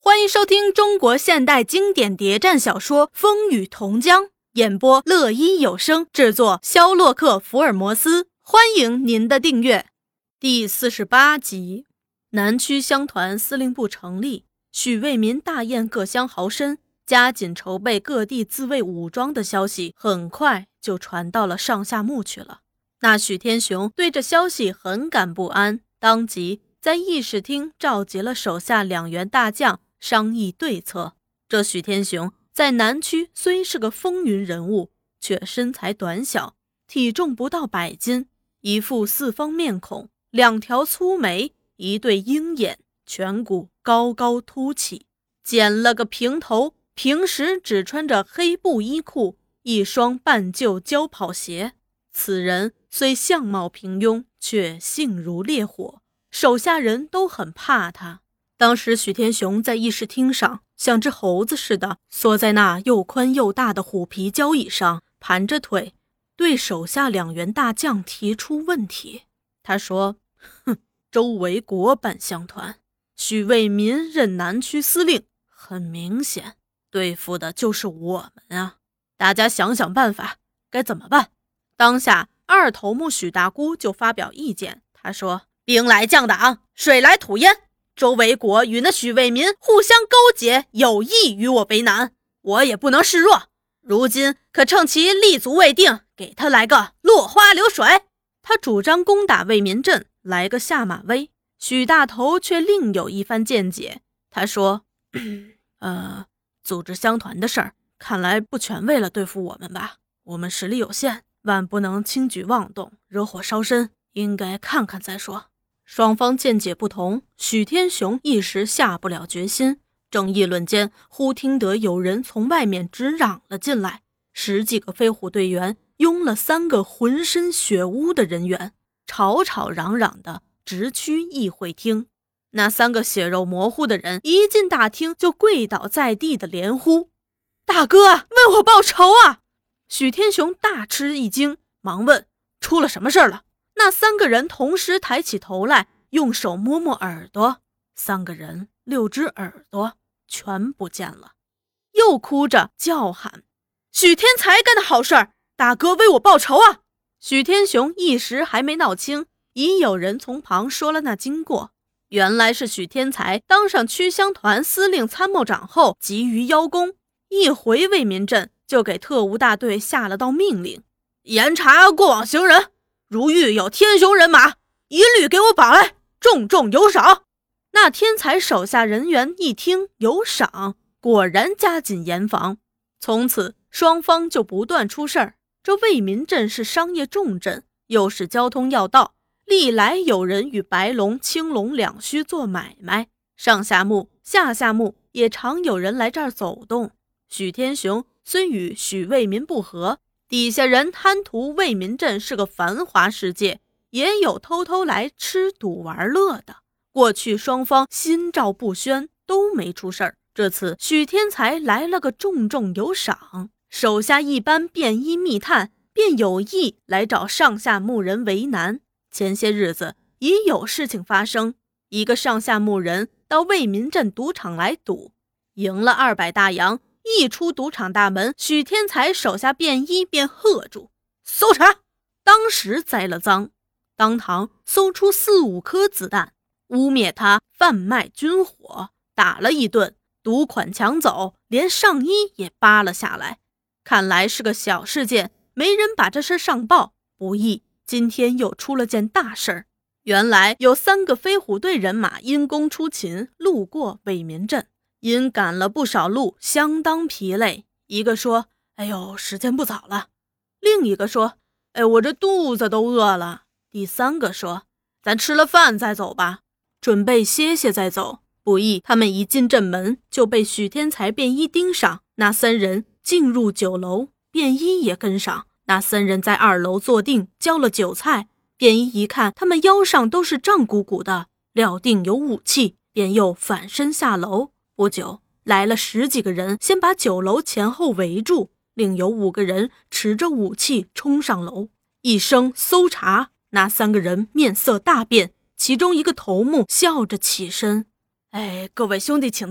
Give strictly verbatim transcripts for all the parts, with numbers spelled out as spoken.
欢迎收听中国现代经典谍战小说《风雨同江》，演播乐一有声，制作肖洛克福尔摩斯。欢迎您的订阅。第四十八集，南区乡团司令部成立，许为民大宴各乡豪绅，加紧筹备各地自卫武装的消息很快就传到了上下墓去了。那许天雄对这消息很感不安，当即在议事厅召集了手下两员大将商议对策。这许天雄在南区虽是个风云人物，却身材短小，体重不到百斤，一副四方面孔，两条粗眉，一对鹰眼，颧骨高高凸起，剪了个平头，平时只穿着黑布衣裤，一双半旧胶跑鞋。此人虽相貌平庸，却性如烈火，手下人都很怕他。当时许天雄在议事厅上像只猴子似的缩在那又宽又大的虎皮交椅上，盘着腿，对手下两员大将提出问题。他说：哼，周维国办乡团，许为民任南区司令，很明显对付的就是我们啊，大家想想办法，该怎么办？当下二头目许大姑就发表意见，他说：兵来将挡，水来土掩，周维国与那许为民互相勾结，有意与我为难，我也不能示弱，如今可趁其立足未定，给他来个落花流水。他主张攻打为民镇，来个下马威。许大头却另有一番见解，他说：呃，组织乡团的事儿看来不全为了对付我们吧，我们实力有限，万不能轻举妄动，惹火烧身，应该看看再说。双方见解不同，许天雄一时下不了决心。正议论间，忽听得有人从外面直嚷了进来，十几个飞虎队员拥了三个浑身血污的人员，吵吵嚷嚷的直趋议会厅。那三个血肉模糊的人一进大厅就跪倒在地的连呼：大哥，为我报仇啊！许天雄大吃一惊，忙问：出了什么事了？那三个人同时抬起头来，用手摸摸耳朵，三个人六只耳朵全不见了，又哭着叫喊：许天才干的好事儿，大哥为我报仇啊！许天雄一时还没闹清，已有人从旁说了那经过。原来是许天才当上区乡团司令参谋长后，急于邀功，一回为民镇就给特务大队下了道命令：严查过往行人，如遇有天雄人马，一律给我绑来，重重有赏。那天才手下人员一听有赏，果然加紧严防。从此双方就不断出事儿。这为民镇是商业重镇，又是交通要道，历来有人与白龙、青龙两须做买卖，上下墓、下下墓也常有人来这儿走动。许天雄虽与许为民不和，底下人贪图为民镇是个繁华世界，也有偷偷来吃赌玩乐的。过去双方心照不宣，都没出事儿。这次许天才来了个重重有赏，手下一般便衣密探便有意来找上下墓人为难。前些日子已有事情发生，一个上下墓人到为民镇赌场来赌，赢了二百大洋，一出赌场大门，许天才手下便衣便喝住：搜查！当时栽了赃，当堂搜出四五颗子弹，污蔑他贩卖军火，打了一顿，赌款抢走，连上衣也扒了下来。看来是个小事件，没人把这事上报，不意今天又出了件大事儿。原来有三个飞虎队人马因公出勤，路过为民镇，因赶了不少路，相当疲累。一个说：哎呦，时间不早了。另一个说：哎，我这肚子都饿了。第三个说：咱吃了饭再走吧，准备歇歇再走。不意他们一进镇门，就被许天才便衣盯上。那三人进入酒楼，便衣也跟上。那三人在二楼坐定，叫了酒菜。便衣一看他们腰上都是胀鼓鼓的，料定有武器，便又反身下楼。不久来了十几个人，先把酒楼前后围住，另有五个人持着武器冲上楼。一声搜查，那三个人面色大变，其中一个头目笑着起身：哎，各位兄弟请坐，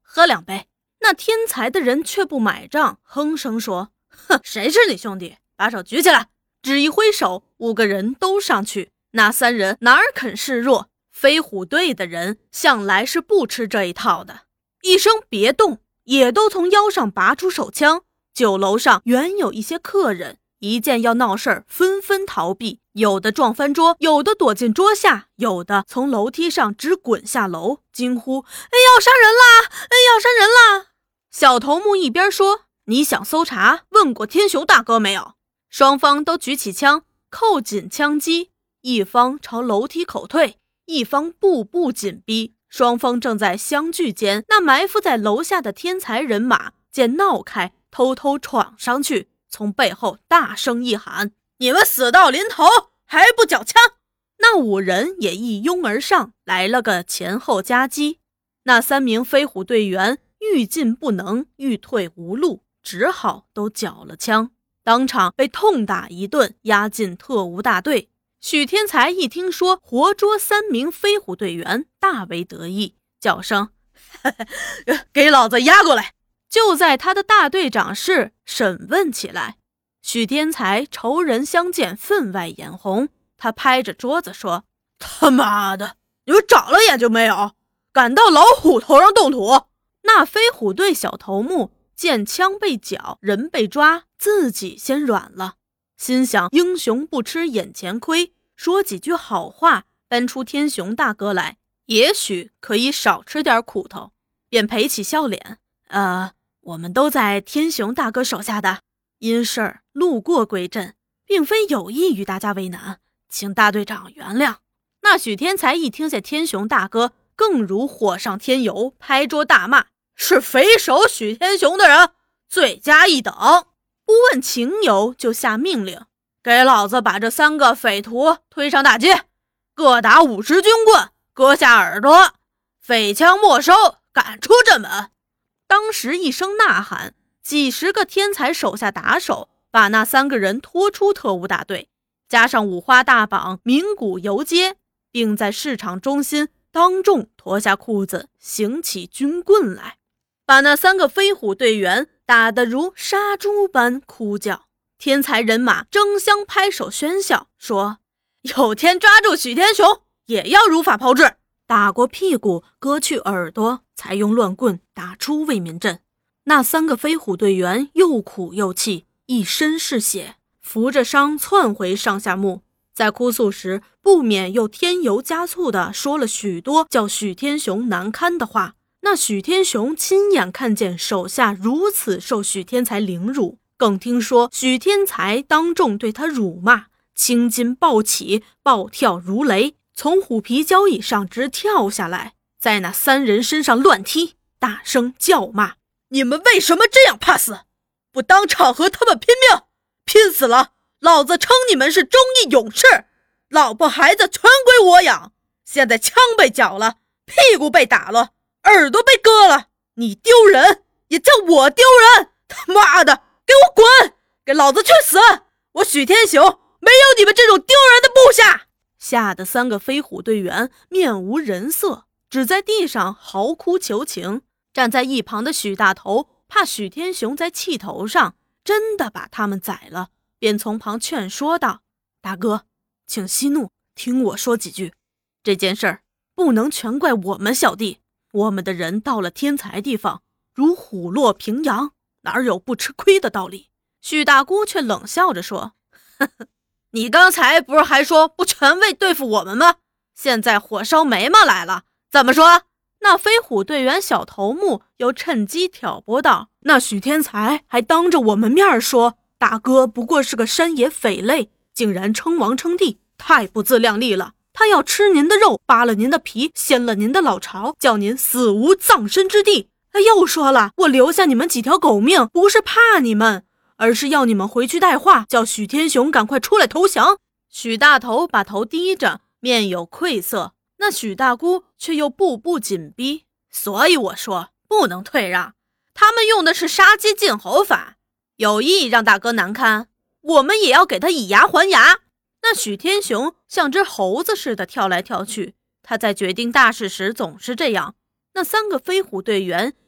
喝两杯。那天才的人却不买账，哼声说：哼，谁是你兄弟？把手举起来。只一挥手，五个人都上去。那三人哪儿肯示弱，飞虎队的人向来是不吃这一套的。一声别动，也都从腰上拔出手枪。酒楼上原有一些客人，一见要闹事儿，纷纷逃避，有的撞翻桌，有的躲进桌下，有的从楼梯上直滚下楼，惊呼：哎，要杀人啦！哎，要杀人啦！小头目一边说：你想搜查，问过天雄大哥没有？双方都举起枪，扣紧枪击，一方朝楼梯口退，一方步步紧逼。双方正在相聚间，那埋伏在楼下的天才人马见闹开，偷偷闯上去，从背后大声一喊：你们死到临头还不缴枪！那五人也一拥而上，来了个前后夹击。那三名飞虎队员欲进不能，欲退无路，只好都缴了枪，当场被痛打一顿，押进特务大队。许天才一听说活捉三名飞虎队员，大为得意，叫声：给老子押过来！就在他的大队长室审问起来。许天才仇人相见，分外眼红，他拍着桌子说：他妈的，你们长了眼就没有？敢到老虎头上动土！那飞虎队小头目见枪被缴，人被抓，自己先软了，心想英雄不吃眼前亏，说几句好话，搬出天雄大哥来，也许可以少吃点苦头，便赔起笑脸：呃，我们都在天雄大哥手下的，因事儿路过归镇，并非有意与大家为难，请大队长原谅。那许天才一听见天雄大哥，更如火上添油，拍桌大骂：是匪首许天雄的人，罪加一等！不问情由，就下命令：给老子把这三个匪徒推上大街，各打五十军棍，割下耳朵，匪枪没收，赶出镇门！当时一声呐喊，几十个天才手下打手把那三个人拖出特务大队，加上五花大绑，鸣鼓游街，并在市场中心当众脱下裤子，行起军棍来，把那三个飞虎队员打得如杀猪般哭叫。天才人马争相拍手喧笑，说：有天抓住许天雄，也要如法炮制，打过屁股，割去耳朵，才用乱棍打出为民镇。那三个飞虎队员又苦又气，一身是血，扶着伤窜回上下墓。在哭诉时，不免又添油加醋地说了许多叫许天雄难堪的话。那许天雄亲眼看见手下如此受许天才凌辱，更听说许天才当众对他辱骂，青筋暴起，暴跳如雷，从虎皮交椅上直跳下来，在那三人身上乱踢，大声叫骂：你们为什么这样怕死？不当场和他们拼命，拼死了老子称你们是忠义勇士，老婆孩子全归我养。现在枪被缴了，屁股被打了，耳朵被割了，你丢人也叫我丢人！他妈的，给我滚！给老子去死！我许天雄没有你们这种丢人的部下！吓得三个飞虎队员面无人色，只在地上嚎哭求情。站在一旁的许大头怕许天雄在气头上真的把他们宰了，便从旁劝说道：大哥，请息怒，听我说几句。这件事儿不能全怪我们小弟，我们的人到了天才地方，如虎落平阳，哪有不吃亏的道理？许大姑却冷笑着说：呵呵，你刚才不是还说不全为对付我们吗？现在火烧眉毛来了，怎么说？那飞虎队员小头目又趁机挑拨道：那许天才还当着我们面说大哥不过是个山野匪类，竟然称王称帝，太不自量力了。他要吃您的肉，扒了您的皮，掀了您的老巢，叫您死无葬身之地。他又说了，我留下你们几条狗命，不是怕你们，而是要你们回去带话，叫许天雄赶快出来投降。许大头把头低着，面有愧色，那许大姑却又步步紧逼。所以我说不能退让，他们用的是杀鸡儆猴法，有意让大哥难堪，我们也要给他以牙还牙。那许天雄像只猴子似的跳来跳去，他在决定大事时总是这样。那三个飞虎队员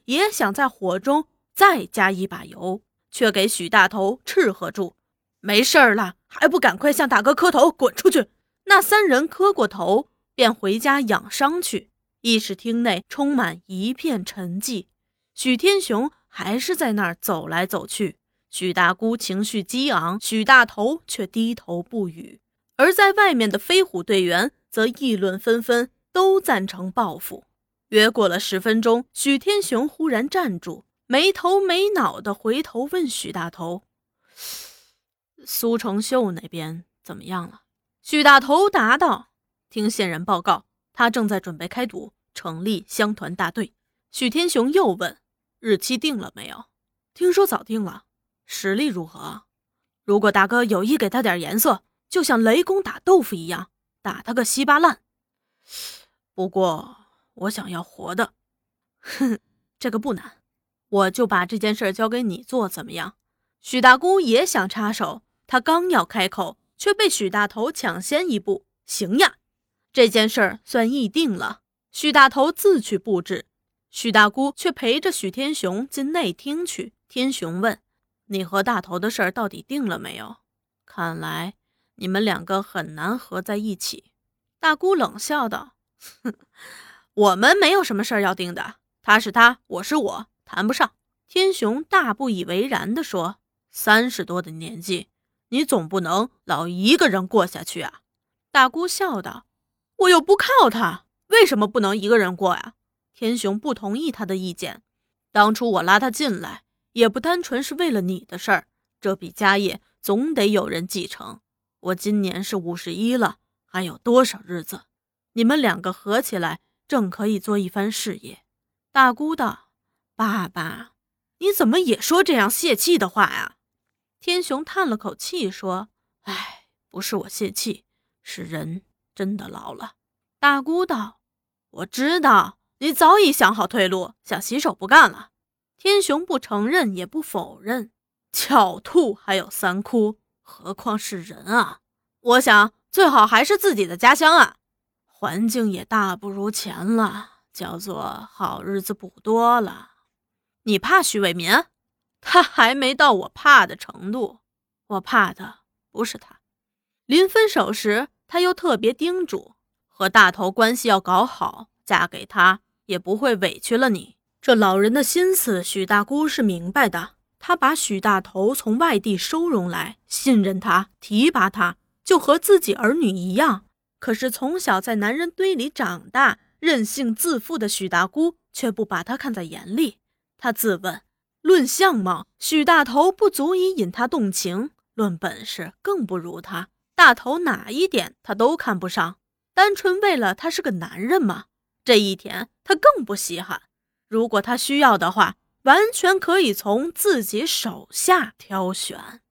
也想在火中再加一把油，却给许大头斥喝住：没事儿了，还不赶快向大哥磕头，滚出去！那三人磕过头，便回家养伤去。一时厅内充满一片沉寂，许天雄还是在那儿走来走去。许大姑情绪激昂，许大头却低头不语。而在外面的飞虎队员则议论纷纷，都赞成报复。约过了十分钟，许天雄忽然站住，没头没脑地回头问许大头：苏成秀那边怎么样了？许大头答道：听县人报告，他正在准备开赌，成立乡团大队。许天雄又问：日期定了没有？听说早定了。实力如何？如果大哥有意给他点颜色，就像雷公打豆腐一样，打他个稀巴烂。不过我想要活的。哼，这个不难，我就把这件事交给你做，怎么样？许大姑也想插手，他刚要开口，却被许大头抢先一步：行呀！这件事儿算议定了，许大头自去布置，许大姑却陪着许天雄进内厅去。天雄问：你和大头的事儿到底定了没有？看来你们两个很难合在一起。大姑冷笑道：哼，我们没有什么事儿要定的，他是他，我是我，谈不上。天雄大不以为然地说：三十多的年纪，你总不能老一个人过下去啊。大姑笑道：我又不靠他，为什么不能一个人过呀？天雄不同意他的意见，当初我拉他进来也不单纯是为了你的事儿，这笔家业总得有人继承。我今年是五十一了，还有多少日子？你们两个合起来正可以做一番事业。大姑道：爸爸，你怎么也说这样泄气的话呀？天雄叹了口气说：唉，不是我泄气，是人真的老了。大姑道：我知道，你早已想好退路，想洗手不干了。天雄不承认也不否认，狡兔还有三窟，何况是人啊？我想最好还是自己的家乡啊，环境也大不如前了，叫做好日子补多了。你怕许伟民？他还没到我怕的程度，我怕的不是他。临分手时，他又特别叮嘱，和大头关系要搞好，嫁给他也不会委屈了你。这老人的心思，许大姑是明白的。他把许大头从外地收容来，信任他，提拔他，就和自己儿女一样。可是从小在男人堆里长大，任性自负的许大姑却不把他看在眼里。他自问，论相貌，许大头不足以引他动情，论本事更不如他。大头哪一点他都看不上，单纯为了他是个男人吗？这一点他更不稀罕。如果他需要的话，完全可以从自己手下挑选。